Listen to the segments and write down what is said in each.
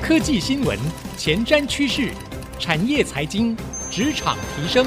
科技新闻、前瞻趋势、产业财经、职场提升，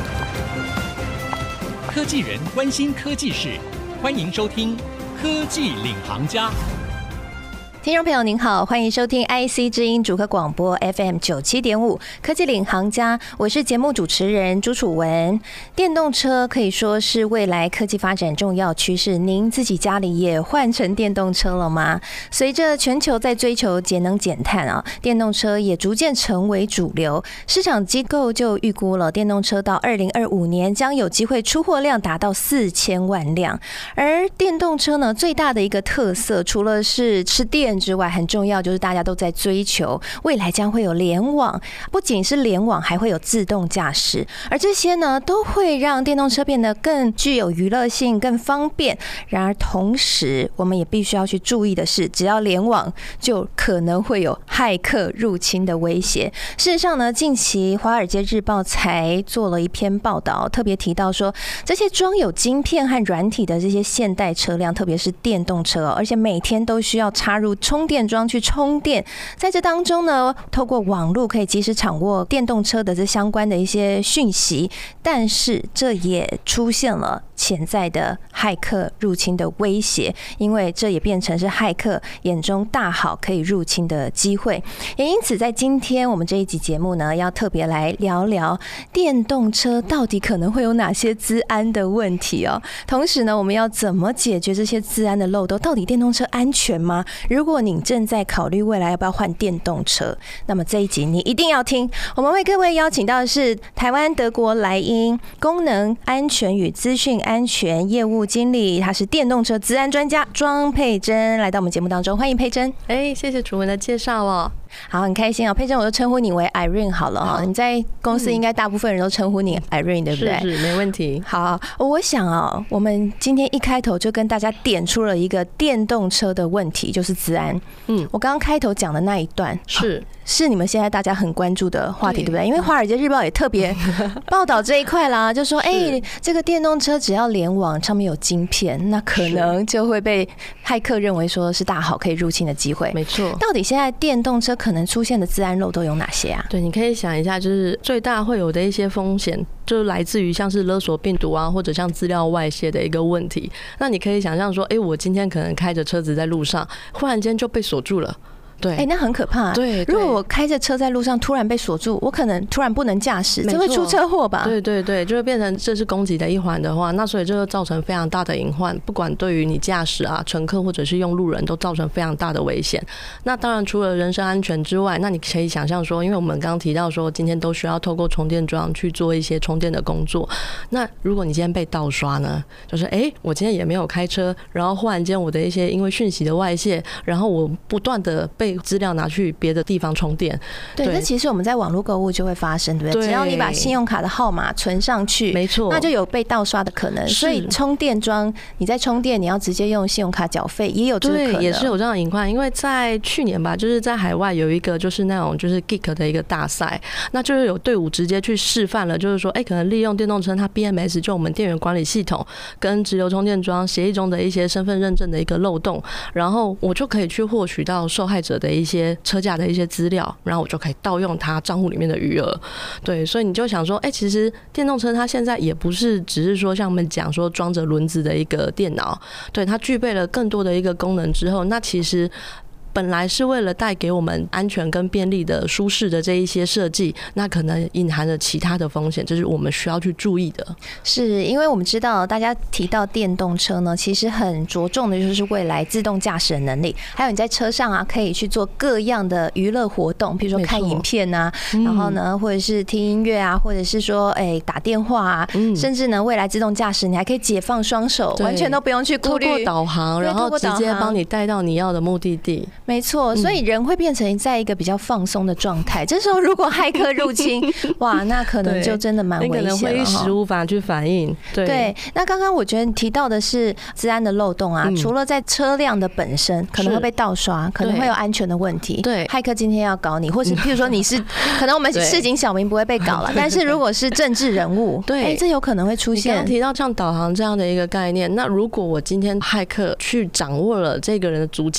科技人关心科技事，欢迎收听《科技领航家》。 听众朋友您好，欢迎收听 IC 之音主客广播 FM 97.5科技领航家，我是节目主持人朱楚文。电动车可以说是未来科技发展重要趋势，您自己家里也换成电动车了吗？随着全球在追求节能减碳啊，电动车也逐渐成为主流。市场机构就预估了，电动车到2025年将有机会出货量达到4000万辆。而电动车呢，最大的一个特色，除了是吃电之外，很重要就是大家都在追求未来将会有联网，不仅是联网，还会有自动驾驶，而这些呢都会让电动车变得更具有娱乐性、更方便。然而同时我们也必须要去注意的是，只要联网就可能会有骇客入侵的威胁。事实上呢，近期华尔街日报才做了一篇报道，特别提到说，这些装有晶片和软体的这些现代车辆，特别是电动车，而且每天都需要插入充电桩去充电，在这当中呢，透过网络可以及时掌握电动车的这相关的一些讯息，但是这也出现了潜在的骇客入侵的威胁，因为这也变成是骇客眼中大好可以入侵的机会。也因此在今天我们这一集节目呢，要特别来聊聊电动车到底可能会有哪些资安的问题哦。同时呢，我们要怎么解决这些资安的漏洞？到底电动车安全吗？如果你正在考虑未来要不要换电动车，那么这一集你一定要听。我们为各位邀请到的是台湾德国莱茵功能安全与资讯安全业务经理，他是电动车资安专家庄佩珍，来到我们节目当中，欢迎佩珍。 谢谢楚文的介绍哦。 好，很开心哦，佩珍，我就称呼你为 Irene 好了哈。你在公司应该大部分人都称呼你 Irene，对不对？ 是，没问题。 好，我想啊，我们今天一开头就跟大家点出了一个电动车的问题，就是资安。我刚刚开头讲的那一段是你们现在大家很关注的话题，对不对？因为《华尔街日报》也特别报道这一块啦，就说这个电动车只要联网，上面有晶片，那可能就会被骇客认为说是大好可以入侵的机会。 没错。 到底现在电动车可能出现的资安漏洞有哪些啊？ 对，你可以想一下，就是最大会有的一些风险，就是来自于像是勒索病毒啊，或者像资料外泄的一个问题。那你可以想象说，我今天可能开着车子在路上，忽然间就被锁住了。对， 那很可怕。对，如果我开着车在路上突然被锁住，我可能突然不能驾驶，这会出车祸吧？ 对，就会变成这是攻击的一环的话，那所以这就造成非常大的隐患，不管对于你驾驶啊、乘客或者是用路人都造成非常大的危险。那当然除了人身安全之外，那你可以想象说，因为我们刚刚提到说，今天都需要透过充电桩去做一些充电的工作。那如果你今天被盗刷呢，就是我今天也没有开车，然后忽然间我的一些因为讯息的外泄，然后我不断的被资料拿去别的地方充电。 对，那其实我们在网络购物就会发生，对不对？只要你把信用卡的号码存上去， 没错， 那就有被盗刷的可能。所以充电桩你在充电，你要直接用信用卡缴费，也有这个可能。 对，也是有这样的隐患。因为在去年吧，就是在海外有一个就是那种就是 Geek 的一个大赛，那就是有队伍直接去示范了，就是说可能利用电动车它 BMS 就我们电源管理系统跟直流充电桩协议中的一些身份认证的一个漏洞，然后我就可以去获取到受害者的一些车价的一些资料，然后我就可以盗用他账户里面的余额。对，所以你就想说，其实电动车它现在也不是只是说像我们讲说装着轮子的一个电脑，对，它具备了更多的一个功能之后，那其实本来是为了带给我们安全跟便利的舒适的这一些设计，那可能隐含着其他的风险，这是我们需要去注意的。 是因为我们知道大家提到电动车呢，其实很着重的就是未来自动驾驶的能力，还有你在车上啊可以去做各样的娱乐活动，比如说看影片啊，然后呢或者是听音乐啊，或者是说打电话啊，甚至呢未来自动驾驶你还可以解放双手，完全都不用去顾虑， 透过导航，然后直接帮你带到你要的目的地。 没错，所以人会变成在一个比较放松的状态。这时候如果骇客入侵，哇，那可能就真的蛮危险了， 你可能会一时无法去反应。 对，那刚刚我觉得你提到的是资安的漏洞啊，除了在车辆的本身可能会被盗刷，可能会有安全的问题。对，骇客今天要搞你，或是譬如说你是可能我们市井小民不会被搞了，但是如果是政治人物，对，这有可能会出现。 你刚刚提到像导航这样的一个概念，那如果我今天骇客去掌握了这个人的足迹，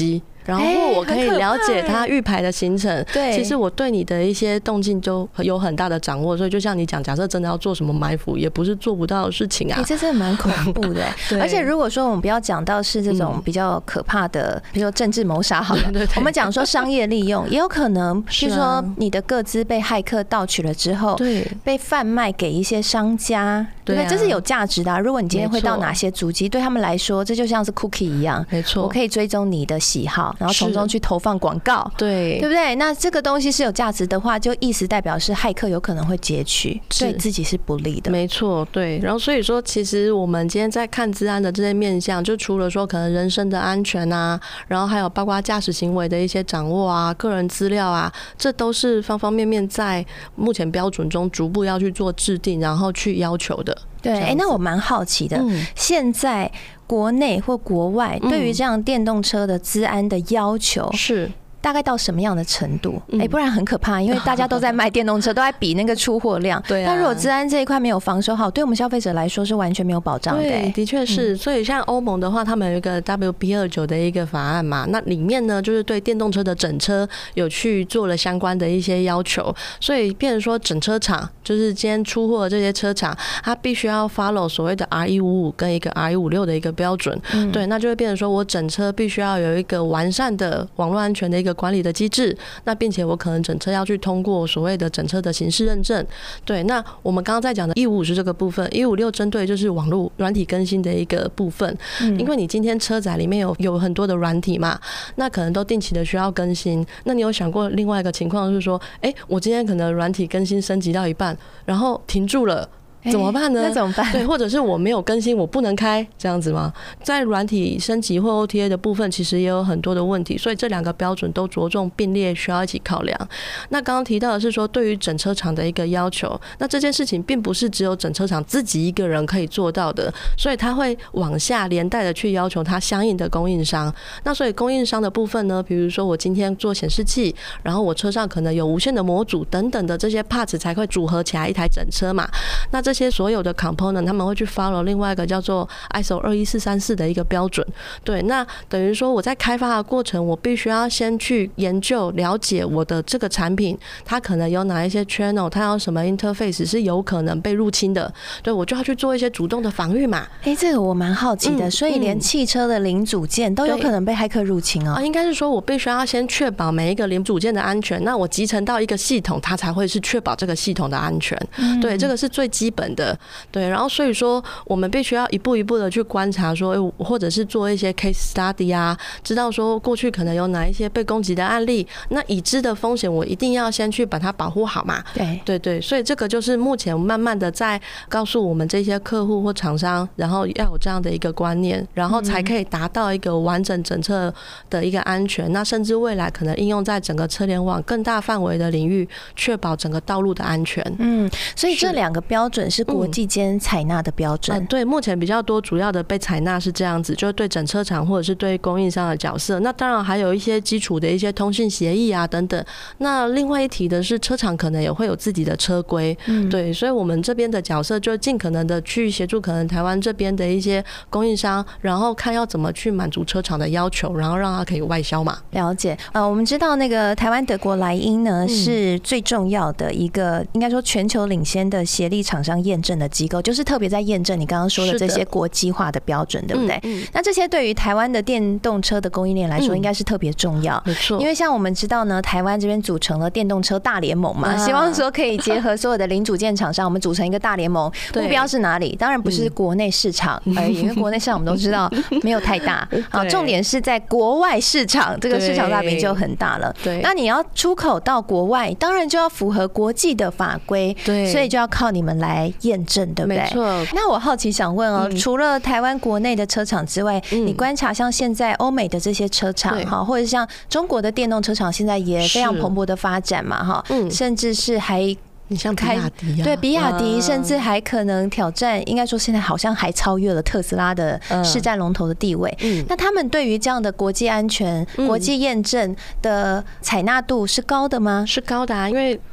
然后我可以了解它预排的行程。 对， 其实我对你的一些动静就有很大的掌握，所以就像你讲，假设真的要做什么埋伏，也不是做不到的事情啊。 这真的蛮恐怖的。而且如果说我们不要讲到是这种比较可怕的，比如说政治谋杀好了，我们讲说商业利用，也有可能，比如说你的个资被骇客盗取了之后，被贩卖给一些商家，对不对？这是有价值的啊。如果你今天会到哪些足迹，对他们来说，这就像是 cookie 一样， 没错， 我可以追踪你的喜好，然后从中去投放广告， 对不对？那这个东西是有价值的话，就意思代表是骇客有可能会截取，对自己是不利的。 没错，对。然后所以说，其实我们今天在看资安的这些面向，就除了说可能人身的安全啊，然后还有包括驾驶行为的一些掌握啊、个人资料啊，这都是方方面面在目前标准中逐步要去做制定，然后去要求的。 对，那我蛮好奇的，现在国内或国外对于这样电动车的资安的要求是大概到什么样的程度？不然很可怕，因为大家都在卖电动车，都在比那个出货量。对啊。但如果资安这一块没有防守好，对我们消费者来说是完全没有保障的。 对，的确是。所以像欧盟的话，他们有一个 WP29的一个法案嘛，那里面呢就是对电动车的整车有去做了相关的一些要求，所以变成说整车厂就是今天出货的这些车厂，它必须要 follow 所谓的 R155跟一个 R156的一个标准。对，那就会变成说我整车必须要有一个完善的网络安全的一个管理的机制，那并且我可能整车要去通过所谓的整车的形式认证。对，那我们刚刚在讲的155是这个部分，156针对就是网络软体更新的一个部分。因为你今天车载里面有很多的软体嘛，那可能都定期的需要更新。那你有想过另外一个情况是说，我今天可能软体更新升级到一半，然后停住了。怎么办呢？ 那怎么办？ 对，或者是我没有更新，我不能开这样子吗？在软体升级或 OTA 的部分，其实也有很多的问题，所以这两个标准都着重并列，需要一起考量。那刚刚提到的是说，对于整车厂的一个要求，那这件事情并不是只有整车厂自己一个人可以做到的，所以他会往下连带的去要求他相应的供应商。那所以供应商的部分呢，比如说我今天做显示器，然后我车上可能有无线的模组等等的这些 parts 才会组合起来一台整车嘛。那这些所有的 component 他们会去 follow 另外一个叫做 ISO 21434的一个标准。对，那等于说我在开发的过程，我必须要先去研究了解我的这个产品，它可能有哪一些 channel， 它有什么 interface 是有可能被入侵的。对，我就要去做一些主动的防御嘛。 这个我蛮好奇的，所以连汽车的零组件都有可能被骇客入侵哦。 应该是说我必须要先确保每一个零组件的安全，那我集成到一个系统，它才会是确保这个系统的安全。对，这个是最基本的。对，然后所以说我们必须要一步一步的去观察说，或者是做一些 case study 啊，知道说过去可能有哪一些被攻击的案例，那已知的风险我一定要先去把它保护好嘛。对，所以这个就是目前慢慢的在告诉我们这些客户或厂商，然后要有这样的一个观念，然后才可以达到一个完整整车的一个安全，那甚至未来可能应用在整个车联网更大范围的领域，确保整个道路的安全。 所以这两个标准是国际间采纳的标准。 对，目前比较多主要的被采纳是这样子，就是对整车厂或者是对供应商的角色。那当然还有一些基础的一些通信协议啊等等。那另外一提的是，车厂可能也会有自己的车规。对，所以我们这边的角色就尽可能的去协助可能台湾这边的一些供应商，然后看要怎么去满足车厂的要求，然后让它可以外销嘛。 了解。我们知道那个台湾德国莱茵呢是最重要的一个，应该说全球领先的协力厂商验证的机构，就是特别在验证你刚刚说的这些国际化的标准，对不对？那这些对于台湾的电动车的供应链来说，应该是特别重要。 没错， 因为像我们知道呢，台湾这边组成了电动车大联盟嘛，希望说可以结合所有的零组件厂商，我们组成一个大联盟。目标是哪里？当然不是国内市场而已，因为国内市场我们都知道没有太大。好，重点是在国外市场，这个市场大饼就很大了。对，那你要出口到国外，当然就要符合国际的法规。对，所以就要靠你们来验证，对不对？没错。那我好奇想问哦，除了台湾国内的车厂之外，你观察像现在欧美的这些车厂哈，或者像中国的电动车厂，现在也非常蓬勃的发展嘛哈，甚至是还你像比亚迪啊， 对，比亚迪甚至还可能挑战，应该说现在好像还超越了特斯拉的市占龙头的地位。那他们对于这样的国际安全、国际验证的采纳度是高的吗？ 是高的啊，因为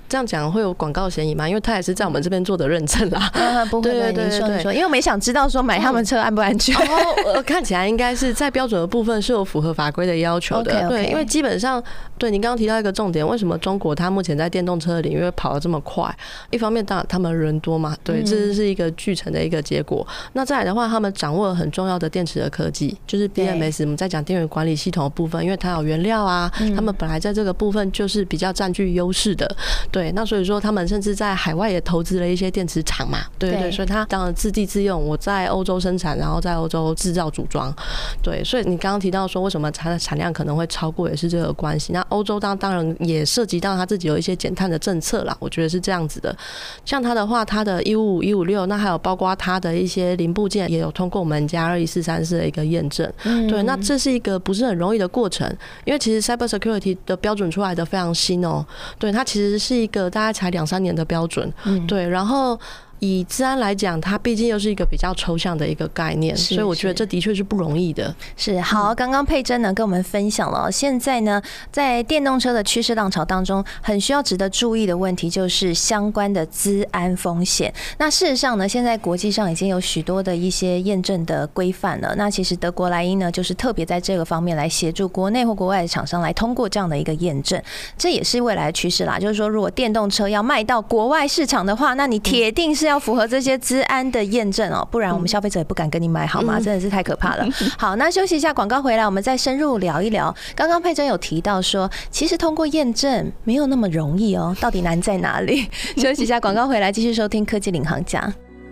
这样讲会有广告嫌疑吗？因为它也是在我们这边做的认证啦。 不会的，你说，因为我们也想知道说买他们车安不安全。 看起来应该是在标准的部分是有符合法规的要求的。对，因为基本上，对你刚刚提到一个重点，为什么中国它目前在电动车的领域跑得这么快？一方面当然他们人多嘛，对，这是一个聚成的一个结果。那再来的话，他们掌握了很重要的电池的科技，就是 BMS。我们在讲电源管理系统的部分，因为它有原料啊，他们本来在这个部分就是比较占据优势的。对，那所以说他们甚至在海外也投资了一些电池厂嘛，对，所以它当然自地自用，我在欧洲生产，然后在欧洲制造组装。对，所以你刚刚提到说为什么它的产量可能会超过，也是这个关系。那欧洲当然也涉及到它自己有一些减碳的政策啦，我觉得是这样子的。像它的话，它的155、156，那还有包括它的一些零部件也有通过我们家21434的一个验证。对，那这是一个不是很容易的过程，因为其实 Cyber Security 的标准出来的非常新哦。对，它其实是一个大概才2-3年的标准。对，然后以资安来讲，它毕竟又是一个比较抽象的一个概念，所以我觉得这的确是不容易的。 是，好，刚刚佩珍呢跟我们分享了，现在呢在电动车的趋势浪潮当中，很需要值得注意的问题就是相关的资安风险。那事实上呢，现在国际上已经有许多的一些验证的规范了。那其实德国莱茵呢，就是特别在这个方面来协助国内或国外的厂商来通过这样的一个验证，这也是未来的趋势啦。就是说，如果电动车要卖到国外市场的话，那你铁定是要符合这些资安的验证哦，不然我们消费者也不敢跟你买，好吗？真的是太可怕了。好，那休息一下，广告回来，我们再深入聊一聊。刚刚佩珍有提到说，其实通过验证没有那么容易哦，到底难在哪里？休息一下，广告回来，继续收听科技领航家。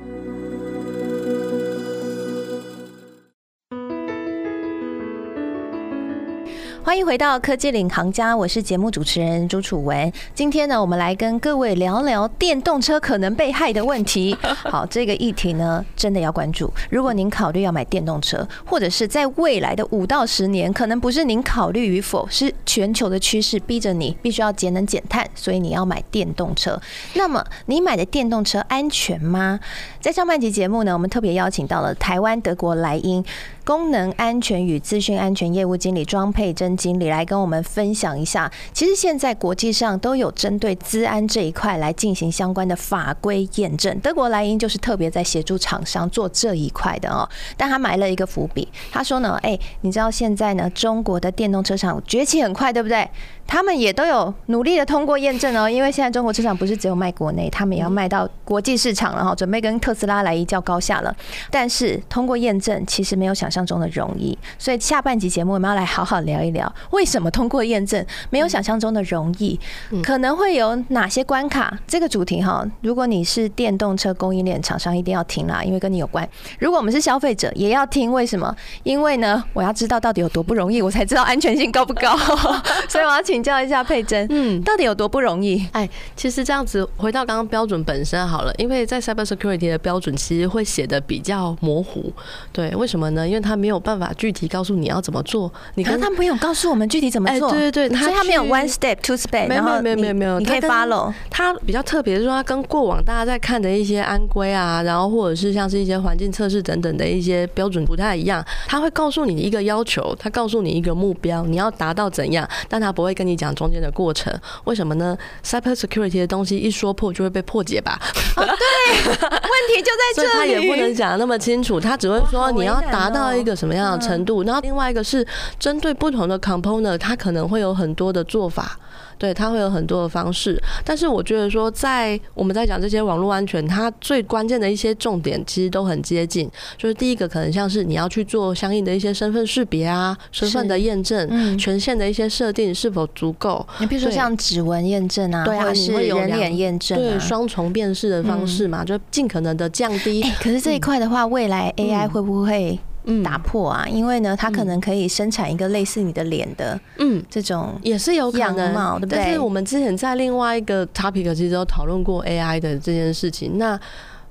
欢迎回到科技领航家，我是节目主持人朱楚文。今天呢，我们来跟各位聊聊电动车可能被害的问题。好，这个议题呢，真的要关注。如果您考虑要买电动车，或者是在未来的5到10年，可能不是您考虑与否，是全球的趋势逼着你必须要节能减碳，所以你要买电动车。那么，你买的电动车安全吗？在上半集节目呢，我们特别邀请到了台湾德国莱茵功能安全与资讯安全业务经理庄佩珍经理来跟我们分享一下，其实现在国际上都有针对资安这一块来进行相关的法规验证，德国莱茵就是特别在协助厂商做这一块的哦。但他埋了一个伏笔，他说呢，你知道现在呢中国的电动车厂崛起很快，对不对？他们也都有努力的通过验证哦，因为现在中国车厂不是只有卖国内，他们也要卖到国际市场了哈，准备跟特斯拉来一较高下了。但是通过验证其实没有想象中的容易，所以下半集节目我们要来好好聊一聊，为什么通过验证没有想象中的容易，可能会有哪些关卡。这个主题哈，如果你是电动车供应链厂商，一定要听啦，因为跟你有关。如果我们是消费者，也要听。为什么？因为呢，我要知道到底有多不容易，我才知道安全性高不高。所以我要请教一下佩珍，到底有多不容易？ 其实这样子回到刚刚标准本身好了，因为在 Cyber Security 的标准其实会写的比较模糊，对，为什么呢？因为他没有办法具体告诉你要怎么做。 可是他没有告诉我们具体怎么做， 对对对， 所以他没有 one step two step， 然后没有，你可以 follow。 他比较特别是说，他跟过往大家在看的一些安规啊，然后或者是像是一些环境测试等等的一些标准不太一样。他会告诉你一个要求，他告诉你一个目标，你要达到怎样，但他不会跟你讲中间的过程。为什么呢？ Cyber Security 的东西一说破就会被破解吧。 对，问题就在这里。 所以他也不能讲那么清楚，他只会说你要达到一个什么样的程度，然后另外一个是针对不同的 component， 它可能会有很多的做法。对，它会有很多的方式，但是我觉得说，在我们在讲这些网络安全，它最关键的一些重点其实都很接近。就是第一个，可能像是你要去做相应的一些身份识别啊、身份的验证、权限的一些设定是否足够。 你比如说像指纹验证啊，对啊，或者是人脸验证， 对，双重辨识的方式嘛，就尽可能的降低。 可是这一块的话，未来 AI 会不会打破啊？因为呢，它可能可以生产一个类似你的脸的，这种也是有可能样貌，对不对？ 但是我们之前在另外一个 topic 其实有讨论过 AI 的这件事情。那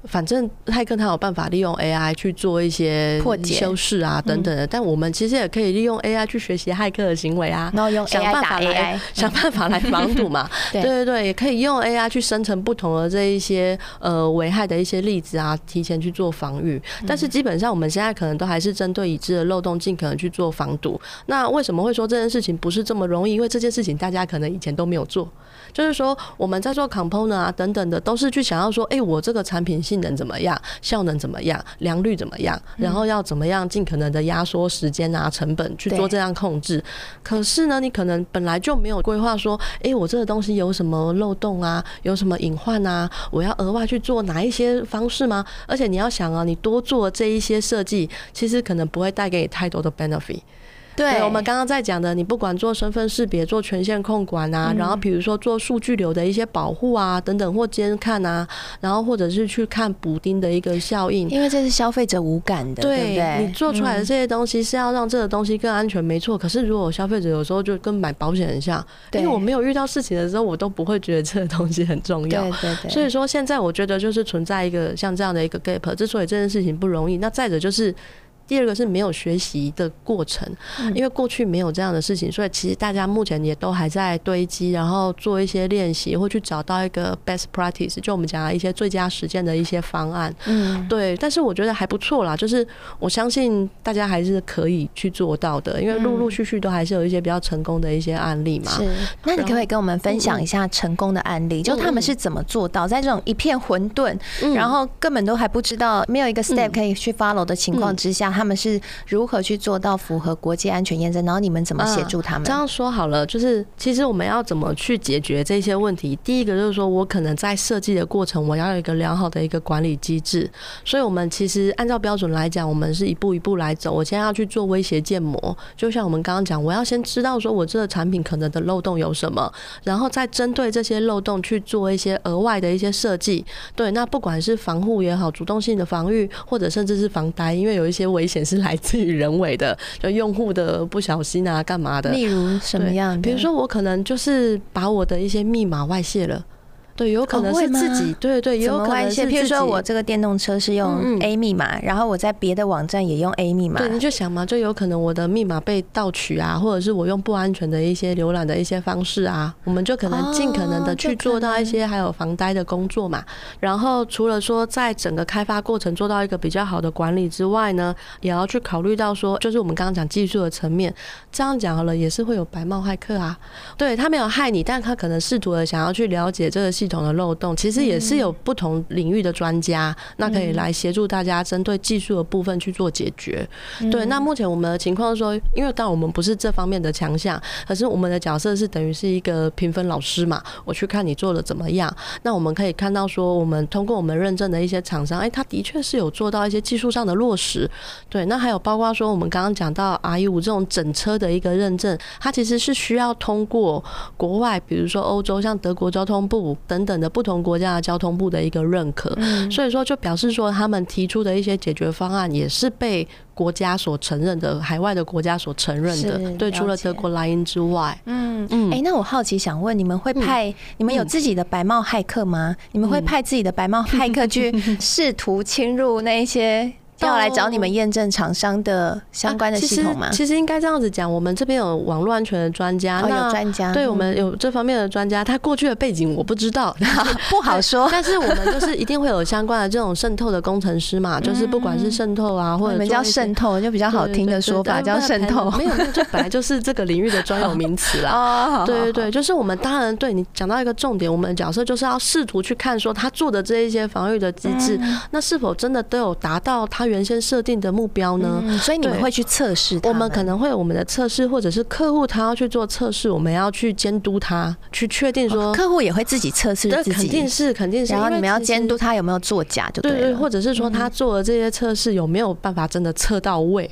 反正骇客他有办法利用 AI 去做一些破解修饰啊等等的，但我们其实也可以利用 AI 去学习骇客的行为啊， 然后用 AI 打 AI， 想办法来防堵嘛。对对对，也可以用 AI 去生成不同的这一些危害的一些例子啊，提前去做防御。但是基本上我们现在可能都还是针对已知的漏洞，尽可能去做防堵。那为什么会说这件事情不是这么容易？因为这件事情大家可能以前都没有做，就是说我们在做 component 啊等等的，都是去想要说，我这个产品性能怎么样，效能怎么样，良率怎么样，然后要怎么样尽可能的压缩时间啊成本去做这样控制。可是呢，你可能本来就没有规划说，我这个东西有什么漏洞啊，有什么隐患啊，我要额外去做哪一些方式吗？而且你要想啊，你多做这一些设计，其实可能不会带给你太多的 benefit。对，我们刚刚在讲的，你不管做身份识别、做权限控管啊，然后比如说做数据流的一些保护啊等等，或监看啊，然后或者是去看补丁的一个效应， 因为这是消费者无感的，对不对？ 你做出来的这些东西是要让这个东西更安全，没错。可是如果消费者有时候就跟买保险很像，因为我没有遇到事情的时候，我都不会觉得这个东西很重要。 对对对。所以说现在我觉得就是存在一个像这样的一个 gap， 之所以这件事情不容易，那再者就是第二个是没有学习的过程，因为过去没有这样的事情，所以其实大家目前也都还在堆积，然后做一些练习，或去找到一个 best practice， 就我们讲的一些最佳实践的一些方案。对，但是我觉得还不错啦，就是我相信大家还是可以去做到的，因为陆陆续续都还是有一些比较成功的一些案例嘛。 是，那你可不可以跟我们分享一下成功的案例？就他们是怎么做到在这种一片混沌，然后根本都还不知道，没有一个 step 可以去 follow 的情况之下，他们是如何去做到符合国际安全验证？然后你们怎么协助他们？ 这样说好了，就是其实我们要怎么去解决这些问题？第一个就是说我可能在设计的过程，我要有一个良好的一个管理机制。所以我们其实按照标准来讲，我们是一步一步来走。我现在要去做威胁建模，就像我们刚刚讲，我要先知道说我这个产品可能的漏洞有什么，然后再针对这些漏洞去做一些额外的一些设计。对，那不管是防护也好，主动性的防御，或者甚至是防呆，因为有一些危险是来自于人为的，就用户的不小心啊干嘛的。 例如什么样的？ 比如说我可能就是把我的一些密码外泄了。对，有可能是自己，对对，也有可能是自己。 譬如说我这个电动车是用 A 密码，然后我在别的网站也用 A 密码。 对，你就想嘛，就有可能我的密码被盗取啊，或者是我用不安全的一些浏览的一些方式啊，我们就可能尽可能的去做到一些还有防呆的工作嘛。然后除了说在整个开发过程做到一个比较好的管理之外呢，也要去考虑到说，就是我们刚刚讲技术的层面，这样讲好了，也是会有白帽骇客啊。对，他没有害你，但他可能试图的想要去了解这个系统的漏洞，其实也是有不同领域的专家，那可以来协助大家针对技术的部分去做解决。对，那目前我们的情况说，因为当然我们不是这方面的强项，可是我们的角色是等于是一个评分老师嘛，我去看你做的怎么样。那我们可以看到说，我们通过我们认证的一些厂商，他的确是有做到一些技术上的落实。对，那还有包括说我们刚刚讲到 RE5 这种整车的一个认证，它其实是需要通过国外，比如说欧洲像德国交通部等等的不同国家的交通部的一个认可，所以说就表示说他们提出的一些解决方案也是被国家所承认的，海外的国家所承认的。对，除了德国莱茵之外。 那我好奇想问，你们会派你们有自己的白帽骇客吗？你们会派自己的白帽骇客去试图侵入那一些要来找你们验证厂商的相关的系统吗？ 其实应该这样子讲，我们这边有网络安全的专家， 有专家， 对，我们有这方面的专家，他过去的背景我不知道， 不好说。 但是我们就是一定会有相关的这种渗透的工程师嘛，就是不管是渗透啊，或者你们叫渗透，就比较好听的说法叫渗透， 没有，就本来就是这个领域的专有名词啦。对对对，就是我们当然对你讲到一个重点，我们的角色就是要试图去看说他做的这一些防御的机制，那是否真的都有达到他原先设定的目标呢？ 所以你们会去测试他们？ 我们可能会有我们的测试，或者是客户他要去做测试，我们要去监督他，去确定说客户也会自己测试自己， 肯定是。 然后你们要监督他有没有作假，就对了。 对，或者是说他做的这些测试有没有办法真的测到位。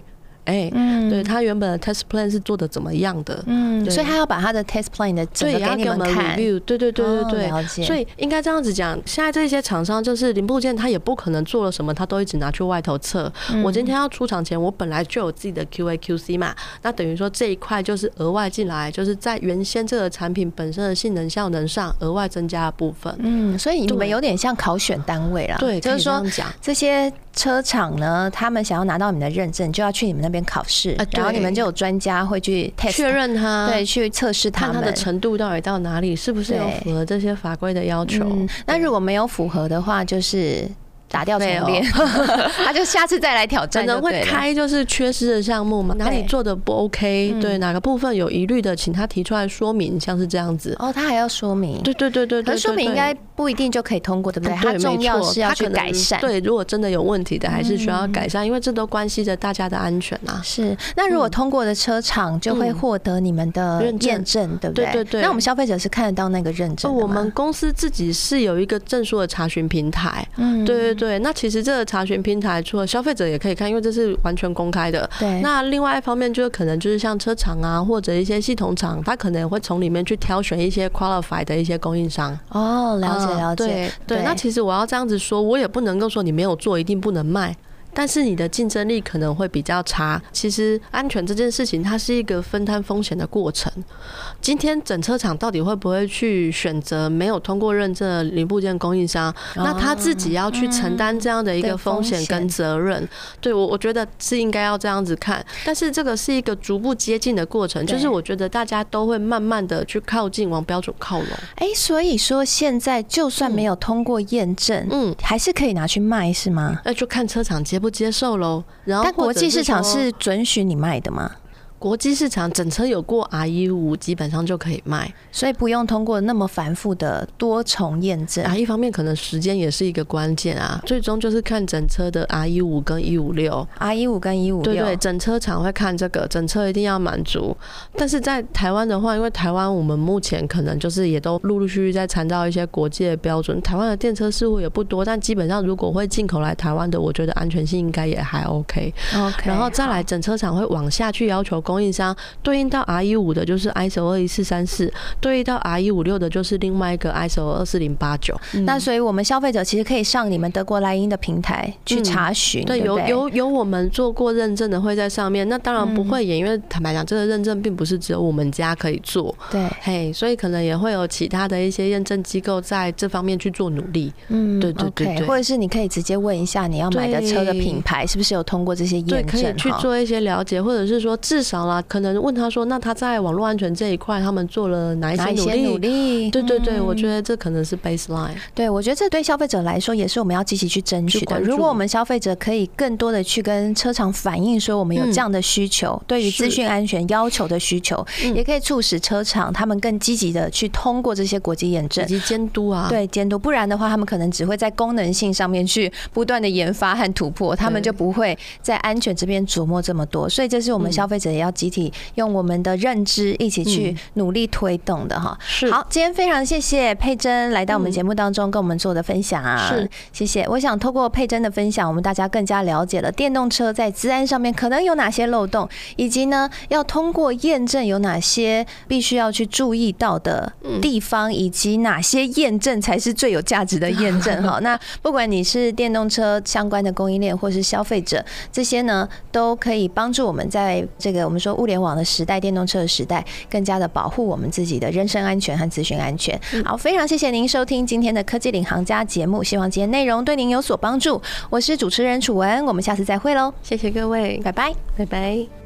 对他原本的 test plan 是做的怎么样的， 所以他要把他的 test plan 的整个给你们看， 对， 了解。 所以应该这样子讲，现在这些厂商就是零部件，他也不可能做了什么，他都一直拿去外头测。我今天要出厂前，我本来就有自己的 QA、QC 嘛，那等于说这一块就是额外进来，就是在原先这个产品本身的性能效能上额外增加的部分。 所以你们有点像考选单位啦， 对， 就是说这些车厂呢，他们想要拿到你们的认证，就要去你们那边考试，然后你们就有专家会去 test 确认它， 对，去测试他们看它的程度到底到哪里，是不是有符合这些法规的要求。 那如果没有符合的话，就是打掉重练，他就下次再来挑战。 可能会开就是缺失的项目嘛，哪里做的不 OK，对，哪个部分有疑虑的，请他提出来说明，像是这样子。 他还要说明。 对。 可是说明应该不一定就可以通过，对不对？它重要是要去改善。 对，如果真的有问题的，还是需要改善，因为这都关系着大家的安全啊。 是。那如果通过的车厂就会获得你们的验证，对不对？对。那我们消费者是看得到那个认证的吗？ 我们公司自己是有一个证书的查询平台。对。那其实这个查询平台除了消费者也可以看，因为这是完全公开的。 对。 那另外一方面就是可能就是像车厂啊，或者一些系统厂，他可能也会从里面去挑选一些 qualified 的一些供应商。 了解。 对。那其实我要这样子说，我也不能够说你没有做一定不能卖。但是你的竞争力可能会比较差。其实安全这件事情，它是一个分摊风险的过程。今天整车厂到底会不会去选择没有通过认证的零部件供应商？那他自己要去承担这样的一个风险跟责任。对，我觉得是应该要这样子看。但是这个是一个逐步接近的过程，就是我觉得大家都会慢慢的去靠近，往标准靠拢。 所以说现在就算没有通过验证，还是可以拿去卖，是吗？ 那就看车厂接不接受咯。然后但国际市场是准许你卖的吗？ 国际市场整车有过 RE5 基本上就可以卖， 所以不用通过那么繁复的多重验证一方面可能时间也是一个关键啊，最终就是看整车的 RE5 跟156 RE5 跟156， 对，整车厂会看这个，整车一定要满足。但是在台湾的话，因为台湾我们目前可能就是也都陆陆续续在参照一些国际的标准，台湾的电车事故也不多，但基本上如果会进口来台湾的，我觉得安全性应该也还 OK。然后再来整车厂会往下去要求供应商对应到 RE5 的就是 ISO 21434，对应到 RE56 的就是另外一个 ISO 24089。 那所以我们消费者其实可以上你们德国莱茵的平台去查询， 对，有我们做过认证的会在上面。那当然不会也因为坦白讲，这个认证并不是只有我们家可以做， 对， 所以可能也会有其他的一些验证机构在这方面去做努力。对， 或者是你可以直接问一下你要买的车的品牌是不是有通过这些验证， 可以去做一些了解，或者是说至少啦，可能问他说，那他在网络安全这一块他们做了哪一些努力？对，我觉得这可能是 baseline。 对，我觉得这对消费者来说也是我们要积极去争取的。如果我们消费者可以更多的去跟车厂反映说我们有这样的需求，对于资讯安全要求的需求，也可以促使车厂他们更积极的去通过这些国际验证以及监督啊。 对，监督，不然的话他们可能只会在功能性上面去不断的研发和突破，他们就不会在安全这边琢磨这么多。所以这是我们消费者也要集体用我们的认知一起去努力推动的哈。好，今天非常谢谢佩珍来到我们节目当中跟我们做的分享啊，谢谢。我想透过佩珍的分享，我们大家更加了解了电动车在资安上面可能有哪些漏洞，以及呢要通过验证有哪些必须要去注意到的地方，以及哪些验证才是最有价值的验证哈。那不管你是电动车相关的供应链或是消费者，这些呢都可以帮助我们在这个我们说物联网的时代、电动车的时代，更加的保护我们自己的人身安全和资讯安全。好，非常谢谢您收听今天的科技领航家节目，希望今天内容对您有所帮助。我是主持人楚文，我们下次再会喽， 谢谢各位， 拜拜， 拜拜。